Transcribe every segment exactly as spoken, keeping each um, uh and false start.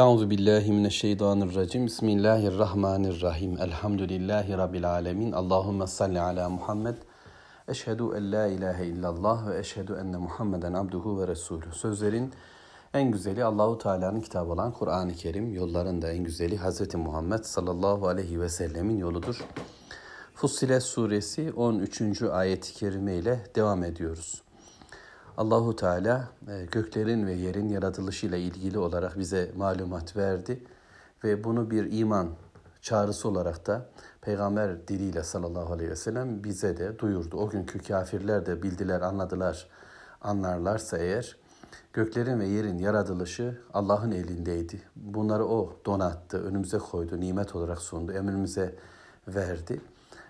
Euzu billahi mineşşeytanirracim. Bismillahirrahmanirrahim. Elhamdülillahi rabbil alamin. Allahumme salli ala Muhammed. Eşhedü en la ilahe illallah ve eşhedü enne Muhammeden abduhu ve resulü. Sözlerin en güzeli Allahu Teala'nın kitabı olan Kur'an-ı Kerim, yolların da en güzeli Hazreti Muhammed sallallahu aleyhi ve sellemin yoludur. Fussilet suresi on üçüncü ayet-i kerime ile devam ediyoruz. Allahu Teala göklerin ve yerin yaratılışıyla ilgili olarak bize malumat verdi ve bunu bir iman çağrısı olarak da Peygamber diliyle sallallahu aleyhi ve sellem bize de duyurdu. O günkü kafirler de bildiler, anladılar, anlarlarsa eğer göklerin ve yerin yaratılışı Allah'ın elindeydi. Bunları O donattı, önümüze koydu, nimet olarak sundu, emrimize verdi.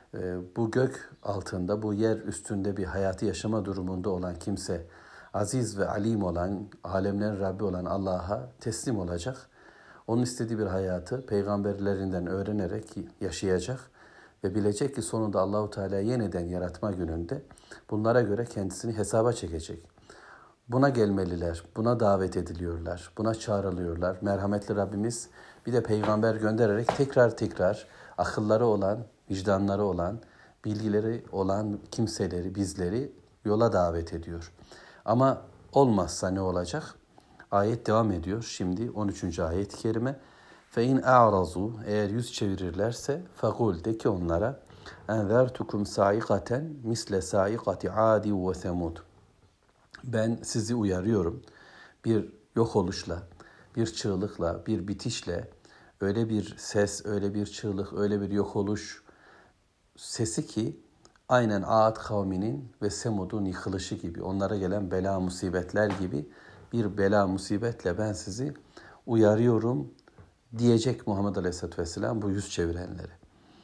Bu gök altında, bu yer üstünde bir hayatı yaşama durumunda olan kimse, aziz ve alim olan, alemlerin Rabbi olan Allah'a teslim olacak. Onun istediği bir hayatı peygamberlerinden öğrenerek yaşayacak ve bilecek ki sonunda Allahu Teala yeniden yaratma gününde bunlara göre kendisini hesaba çekecek. Buna gelmeliler, buna davet ediliyorlar, buna çağrılıyorlar. Merhametli Rabbimiz bir de peygamber göndererek tekrar tekrar akılları olan, vicdanları olan, bilgileri olan kimseleri, bizleri yola davet ediyor. Ama olmazsa ne olacak? Ayet devam ediyor. Şimdi on üçüncü ayet-i kerime. فَاِنْ اَعْرَضُوا Eğer yüz çevirirlerse فَقُلْ De ki onlara اَنْذَرْتُكُمْ سَائِقَةً مِسْلَ سَائِقَةِ عَادِ وَثَمُودِ Ben sizi uyarıyorum. Bir yok oluşla, bir çığlıkla, bir bitişle, öyle bir ses, öyle bir çığlık, öyle bir yok oluş sesi ki aynen Ad kavminin ve Semud'un yıkılışı gibi, onlara gelen bela musibetler gibi bir bela musibetle ben sizi uyarıyorum diyecek Muhammed Aleyhisselatü Vesselam bu yüz çevirenlere.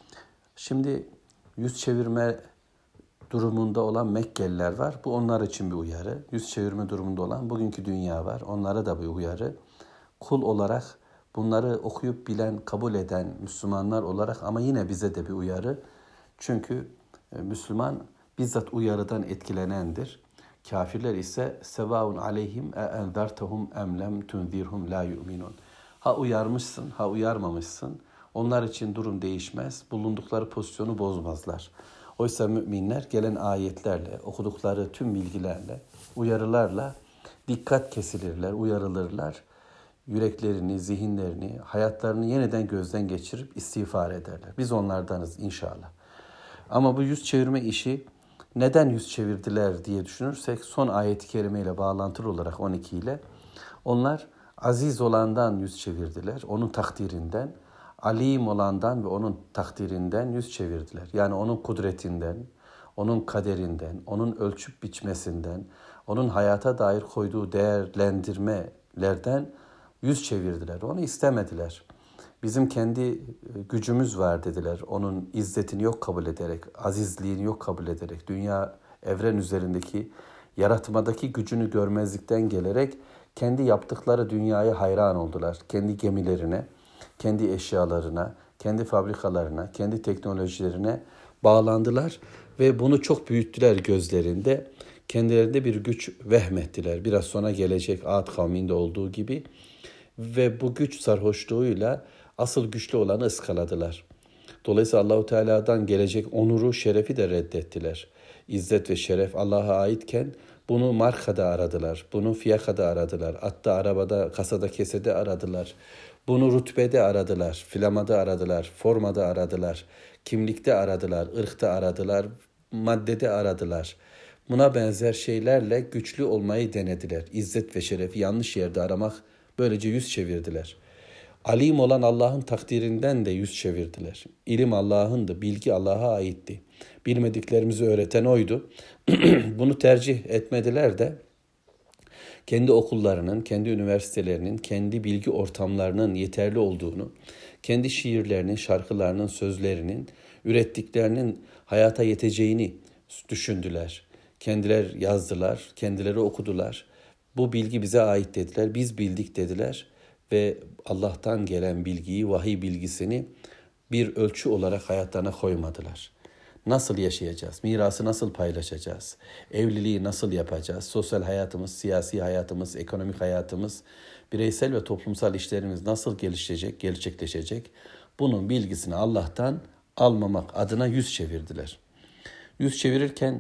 Şimdi yüz çevirme durumunda olan Mekkeliler var. Bu onlar için bir uyarı. Yüz çevirme durumunda olan bugünkü dünya var. Onlara da bir uyarı. Kul olarak bunları okuyup bilen, kabul eden Müslümanlar olarak ama yine bize de bir uyarı. Çünkü Müslüman bizzat uyarıdan etkilenendir. Kafirler ise sevaun aleyhim e enzertehum em lem tunzirhum la yu'minun. Ha uyarmışsın, ha uyarmamışsın. Onlar için durum değişmez. Bulundukları pozisyonu bozmazlar. Oysa müminler gelen ayetlerle, okudukları tüm bilgilerle, uyarılarla dikkat kesilirler, uyarılırlar. Yüreklerini, zihinlerini, hayatlarını yeniden gözden geçirip istiğfar ederler. Biz onlardanız inşallah. Ama bu yüz çevirme işi neden yüz çevirdiler diye düşünürsek son ayet-i kerime ile bağlantılı olarak on iki ile onlar aziz olandan yüz çevirdiler, onun takdirinden, alim olandan ve onun takdirinden yüz çevirdiler. Yani onun kudretinden, onun kaderinden, onun ölçüp biçmesinden, onun hayata dair koyduğu değerlendirmelerden yüz çevirdiler. Onu istemediler. Bizim kendi gücümüz var dediler. Onun izzetini yok kabul ederek, azizliğini yok kabul ederek, dünya evren üzerindeki yaratmadaki gücünü görmezlikten gelerek kendi yaptıkları dünyaya hayran oldular. Kendi gemilerine, kendi eşyalarına, kendi fabrikalarına, kendi teknolojilerine bağlandılar ve bunu çok büyüttüler gözlerinde. Kendilerinde bir güç vehmettiler. Biraz sonra gelecek Ad kavminde olduğu gibi ve bu güç sarhoşluğuyla asıl güçlü olanı ıskaladılar. Dolayısıyla Allahu Teala'dan gelecek onuru, şerefi de reddettiler. İzzet ve şeref Allah'a aitken bunu markada aradılar, bunu fiyakada aradılar, atta, arabada, kasada, kesede aradılar. Bunu rütbede aradılar, flamada aradılar, formada aradılar, kimlikte aradılar, ırkta aradılar, maddede aradılar. Buna benzer şeylerle güçlü olmayı denediler. İzzet ve şerefi yanlış yerde aramak, böylece yüz çevirdiler. Alim olan Allah'ın takdirinden de yüz çevirdiler. İlim Allah'ındı, bilgi Allah'a aitti. Bilmediklerimizi öğreten O'ydu. Bunu tercih etmediler de kendi okullarının, kendi üniversitelerinin, kendi bilgi ortamlarının yeterli olduğunu, kendi şiirlerinin, şarkılarının, sözlerinin, ürettiklerinin hayata yeteceğini düşündüler. Kendiler yazdılar, kendileri okudular. Bu bilgi bize ait dediler, biz bildik dediler ve Allah'tan gelen bilgiyi, vahiy bilgisini bir ölçü olarak hayatlarına koymadılar. Nasıl yaşayacağız? Mirası nasıl paylaşacağız? Evliliği nasıl yapacağız? Sosyal hayatımız, siyasi hayatımız, ekonomik hayatımız, bireysel ve toplumsal işlerimiz nasıl gelişecek, gerçekleşecek, bunun bilgisini Allah'tan almamak adına yüz çevirdiler. Yüz çevirirken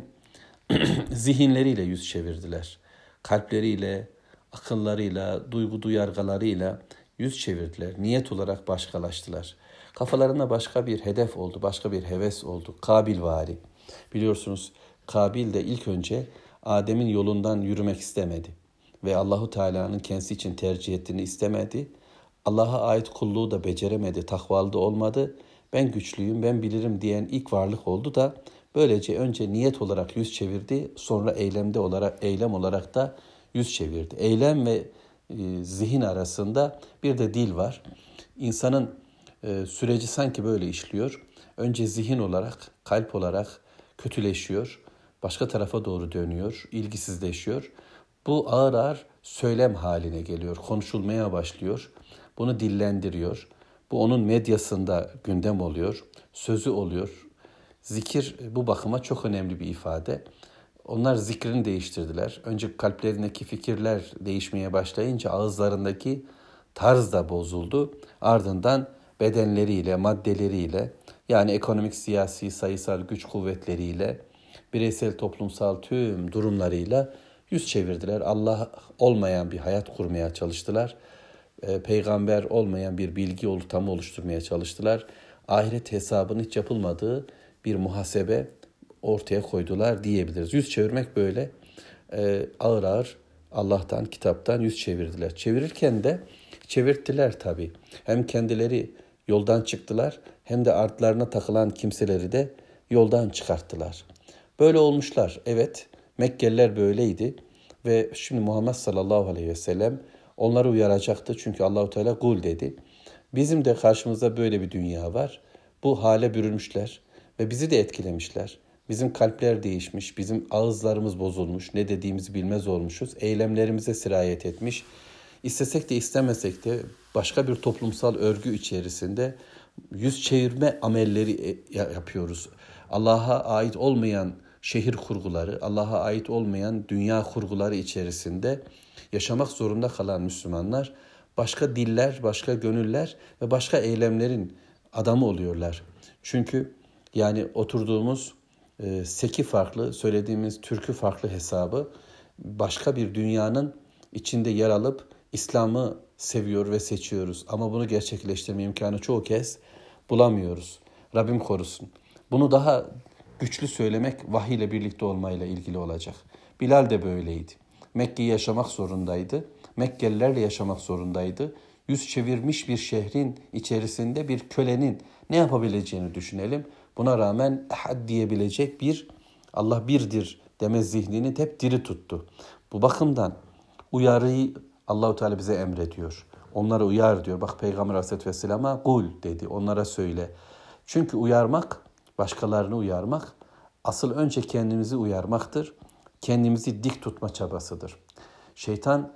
zihinleriyle yüz çevirdiler. Kalpleriyle, akıllarıyla, duygu duyargalarıyla yüz çevirdiler. Niyet olarak başkalaştılar. Kafalarına başka bir hedef oldu, başka bir heves oldu. Kabilvari. Biliyorsunuz Kabil de ilk önce Adem'in yolundan yürümek istemedi. Ve Allahu Teala'nın kendisi için tercih ettiğini istemedi. Allah'a ait kulluğu da beceremedi, takvalı da olmadı. Ben güçlüyüm, ben bilirim diyen ilk varlık oldu da böylece önce niyet olarak yüz çevirdi, sonra eylemde olarak eylem olarak da yüz çevirdi. Eylem ve e, zihin arasında bir de dil var. İnsanın e, süreci sanki böyle işliyor. Önce zihin olarak, kalp olarak kötüleşiyor, başka tarafa doğru dönüyor, ilgisizleşiyor. Bu ağır ağır söylem haline geliyor, konuşulmaya başlıyor. Bunu dillendiriyor. Bu onun medyasında gündem oluyor, sözü oluyor. Zikir bu bakıma çok önemli bir ifade. Onlar zikrini değiştirdiler. Önce kalplerindeki fikirler değişmeye başlayınca ağızlarındaki tarz da bozuldu. Ardından bedenleriyle, maddeleriyle, yani ekonomik, siyasi, sayısal güç kuvvetleriyle, bireysel, toplumsal tüm durumlarıyla yüz çevirdiler. Allah olmayan bir hayat kurmaya çalıştılar. Peygamber olmayan bir bilgi ortamı oluşturmaya çalıştılar. Ahiret hesabının hiç yapılmadığı bir muhasebe ortaya koydular diyebiliriz. Yüz çevirmek böyle e, ağır ağır Allah'tan, kitaptan yüz çevirdiler. Çevirirken de çevirttiler tabii. Hem kendileri yoldan çıktılar hem de artlarına takılan kimseleri de yoldan çıkarttılar. Böyle olmuşlar. Evet, Mekkeliler böyleydi ve şimdi Muhammed sallallahu aleyhi ve sellem onları uyaracaktı. Çünkü Allahu Teala kul dedi. Bizim de karşımızda böyle bir dünya var. Bu hale bürünmüşler ve bizi de etkilemişler. Bizim kalpler değişmiş, bizim ağızlarımız bozulmuş, ne dediğimizi bilmez olmuşuz. Eylemlerimize sirayet etmiş. İstesek de istemesek de başka bir toplumsal örgü içerisinde yüz çevirme amelleri yapıyoruz. Allah'a ait olmayan şehir kurguları, Allah'a ait olmayan dünya kurguları içerisinde yaşamak zorunda kalan Müslümanlar başka diller, başka gönüller ve başka eylemlerin adamı oluyorlar. Çünkü yani oturduğumuz e, seki farklı, söylediğimiz türkü farklı hesabı başka bir dünyanın içinde yer alıp İslam'ı seviyor ve seçiyoruz. Ama bunu gerçekleştirme imkanı çoğu kez bulamıyoruz. Rabbim korusun. Bunu daha güçlü söylemek vahiy ile birlikte olmayla ilgili olacak. Bilal de böyleydi. Mekke'yi yaşamak zorundaydı. Mekkelilerle yaşamak zorundaydı. Yüz çevirmiş bir şehrin içerisinde bir kölenin ne yapabileceğini düşünelim. Buna rağmen ehad diyebilecek bir Allah birdir deme zihnini hep diri tuttu. Bu bakımdan uyarıyı Allahu Teala bize emrediyor. Onlara uyar diyor. Bak Peygamber Aleyhisselatü Vesselam'a kul dedi. Onlara söyle. Çünkü uyarmak, başkalarını uyarmak asıl önce kendimizi uyarmaktır. Kendimizi dik tutma çabasıdır. Şeytan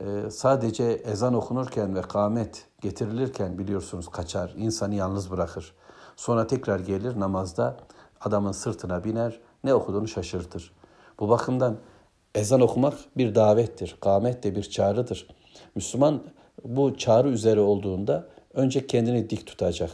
sadece ezan okunurken ve kâmet getirilirken biliyorsunuz kaçar, insanı yalnız bırakır. Sonra tekrar gelir namazda adamın sırtına biner, ne okuduğunu şaşırtır. Bu bakımdan ezan okumak bir davettir, kâmet de bir çağrıdır. Müslüman bu çağrı üzere olduğunda önce kendini dik tutacak.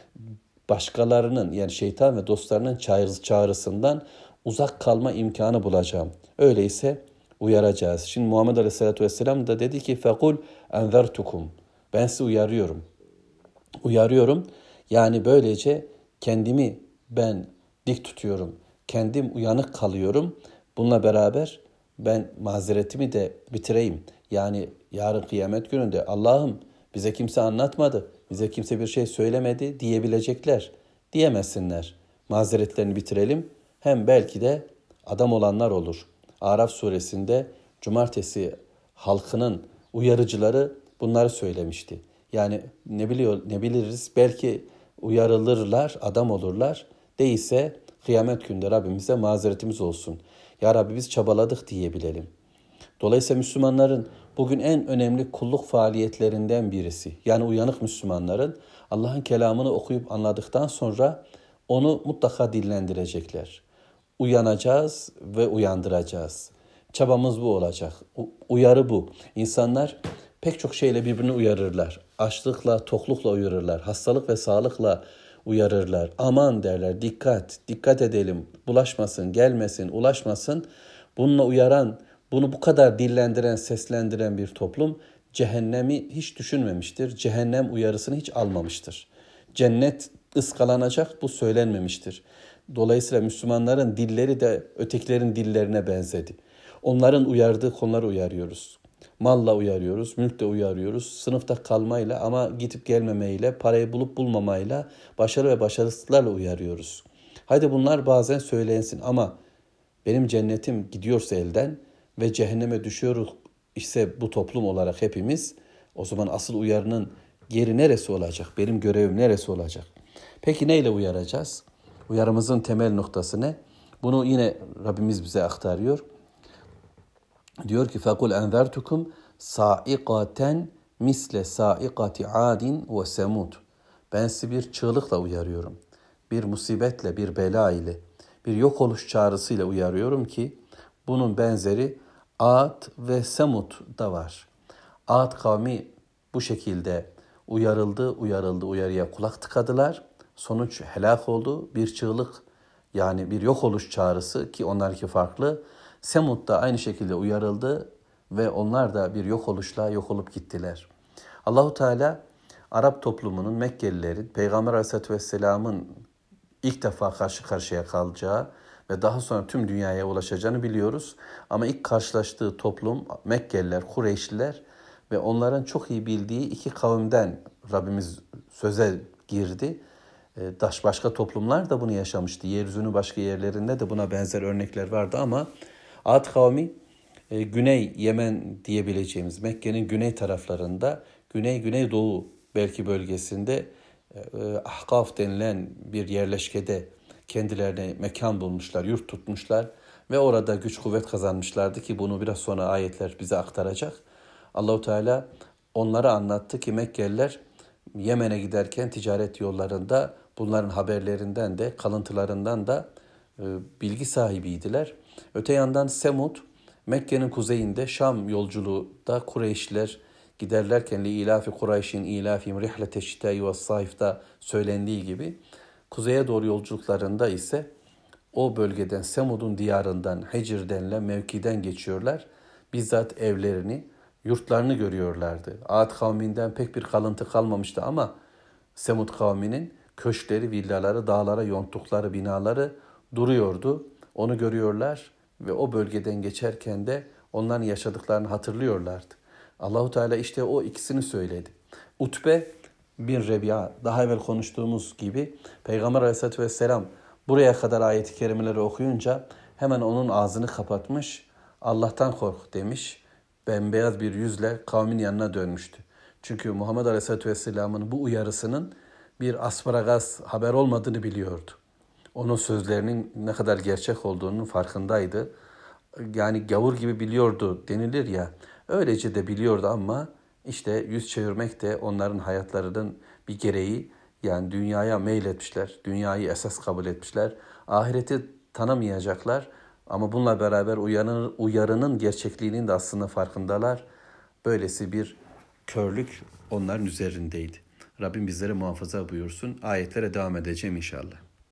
Başkalarının yani şeytan ve dostlarının çağrısından uzak kalma imkanı bulacağım. Öyleyse uyaracağız. Şimdi Muhammed Aleyhisselatü Vesselam da dedi ki فَقُلْ اَنْذَرْتُكُمْ Ben sizi uyarıyorum. Uyarıyorum. Yani böylece kendimi ben dik tutuyorum. Kendim uyanık kalıyorum. Bununla beraber ben mazeretimi de bitireyim. Yani yarın kıyamet gününde Allah'ım bize kimse anlatmadı, bize kimse bir şey söylemedi diyebilecekler. Diyemesinler. Mazeretlerini bitirelim. Hem belki de adam olanlar olur. Araf suresinde cumartesi halkının uyarıcıları bunları söylemişti. Yani ne biliyor ne biliriz belki uyarılırlar, adam olurlar. Değilse kıyamet günde Rabbimize mazeretimiz olsun. Ya Rabbi biz çabaladık diyebilelim. Dolayısıyla Müslümanların bugün en önemli kulluk faaliyetlerinden birisi. Yani uyanık Müslümanların Allah'ın kelamını okuyup anladıktan sonra onu mutlaka dillendirecekler. Uyanacağız ve uyandıracağız. Çabamız bu olacak. Uyarı bu. İnsanlar pek çok şeyle birbirini uyarırlar. Açlıkla, toklukla uyarırlar. Hastalık ve sağlıkla uyarırlar. Aman derler, dikkat, dikkat edelim. Bulaşmasın, gelmesin, ulaşmasın. Bununla uyaran, bunu bu kadar dillendiren, seslendiren bir toplum cehennemi hiç düşünmemiştir. Cehennem uyarısını hiç almamıştır. Cennet ıskalanacak, bu söylenmemiştir. Dolayısıyla Müslümanların dilleri de ötekilerin dillerine benzedi. Onların uyardığı konuları uyarıyoruz. Malla uyarıyoruz, mülkle uyarıyoruz, sınıfta kalmayla ama gidip gelmemeyle, parayı bulup bulmamayla, başarı ve başarısızlıklarla uyarıyoruz. Hadi bunlar bazen söylensin ama benim cennetim gidiyorsa elden ve cehenneme düşüyoruz ise bu toplum olarak hepimiz, o zaman asıl uyarının yeri neresi olacak? Benim görevim neresi olacak? Peki neyle uyaracağız? Uyarımızın temel noktası ne? Bunu yine Rabbimiz bize aktarıyor. Diyor ki فَقُلْ اَنْذَرْتُكُمْ سَائِقَةً misle saikati adin ve semud. Ben sizi bir çığlıkla uyarıyorum. Bir musibetle, bir bela ile, bir yok oluş çağrısıyla uyarıyorum ki bunun benzeri Ad ve Semud da var. Ad kavmi bu şekilde uyarıldı, uyarıldı, uyarıya kulak tıkadılar. Sonuç helak oldu. Bir çığlık, yani bir yok oluş çağrısı ki onlarki farklı. Semud da aynı şekilde uyarıldı ve onlar da bir yok oluşla yok olup gittiler. Allahu Teala Arap toplumunun, Mekkelilerin Peygamber Aleyhisselatü Vesselam'ın ilk defa karşı karşıya kalacağı ve daha sonra tüm dünyaya ulaşacağını biliyoruz. Ama ilk karşılaştığı toplum Mekkeliler, Kureyşliler ve onların çok iyi bildiği iki kavimden Rabbimiz söze girdi. Başka toplumlar da bunu yaşamıştı. Yeryüzünün başka yerlerinde de buna benzer örnekler vardı ama Ad kavmi Güney Yemen diyebileceğimiz Mekke'nin güney taraflarında, güney-güneydoğu belki bölgesinde Ahkaf denilen bir yerleşkede kendilerine mekan bulmuşlar, yurt tutmuşlar ve orada güç kuvvet kazanmışlardı ki bunu biraz sonra ayetler bize aktaracak. Allahu Teala onlara anlattı ki Mekkeliler Yemen'e giderken ticaret yollarında bunların haberlerinden de kalıntılarından da e, bilgi sahibiydiler. Öte yandan Semud Mekke'nin kuzeyinde Şam yolculuğu da Kureyşliler giderlerken li ilafi Kureyş'in ilafim rihlete şitâi ve sayf'ta söylendiği gibi kuzeye doğru yolculuklarında ise o bölgeden Semud'un diyarından Hecr denilen mevkiden geçiyorlar. Bizzat evlerini, yurtlarını görüyorlardı. Ad kavminden pek bir kalıntı kalmamıştı ama Semud kavminin köşkleri, villaları, dağlara yonttukları binaları duruyordu. Onu görüyorlar ve o bölgeden geçerken de onların yaşadıklarını hatırlıyorlardı. Allahu Teala işte o ikisini söyledi. Utbe bin Rebi'a, daha evvel konuştuğumuz gibi Peygamber Aleyhisselatü Vesselam buraya kadar ayet-i kerimeleri okuyunca hemen onun ağzını kapatmış, Allah'tan kork demiş, bembeyaz bir yüzle kavmin yanına dönmüştü. Çünkü Muhammed Aleyhisselatü Vesselam'ın bu uyarısının bir asparagas haber olmadığını biliyordu. Onun sözlerinin ne kadar gerçek olduğunun farkındaydı. Yani gavur gibi biliyordu denilir ya, öylece de biliyordu ama işte yüz çevirmek de onların hayatlarının bir gereği. Yani dünyaya meyletmişler, dünyayı esas kabul etmişler, ahireti tanımayacaklar ama bununla beraber uyanır, uyarının gerçekliğinin de aslında farkındalar. Böylesi bir körlük onların üzerindeydi. Rabbim bizlere muhafaza buyursun. Ayetlere devam edeceğim inşallah.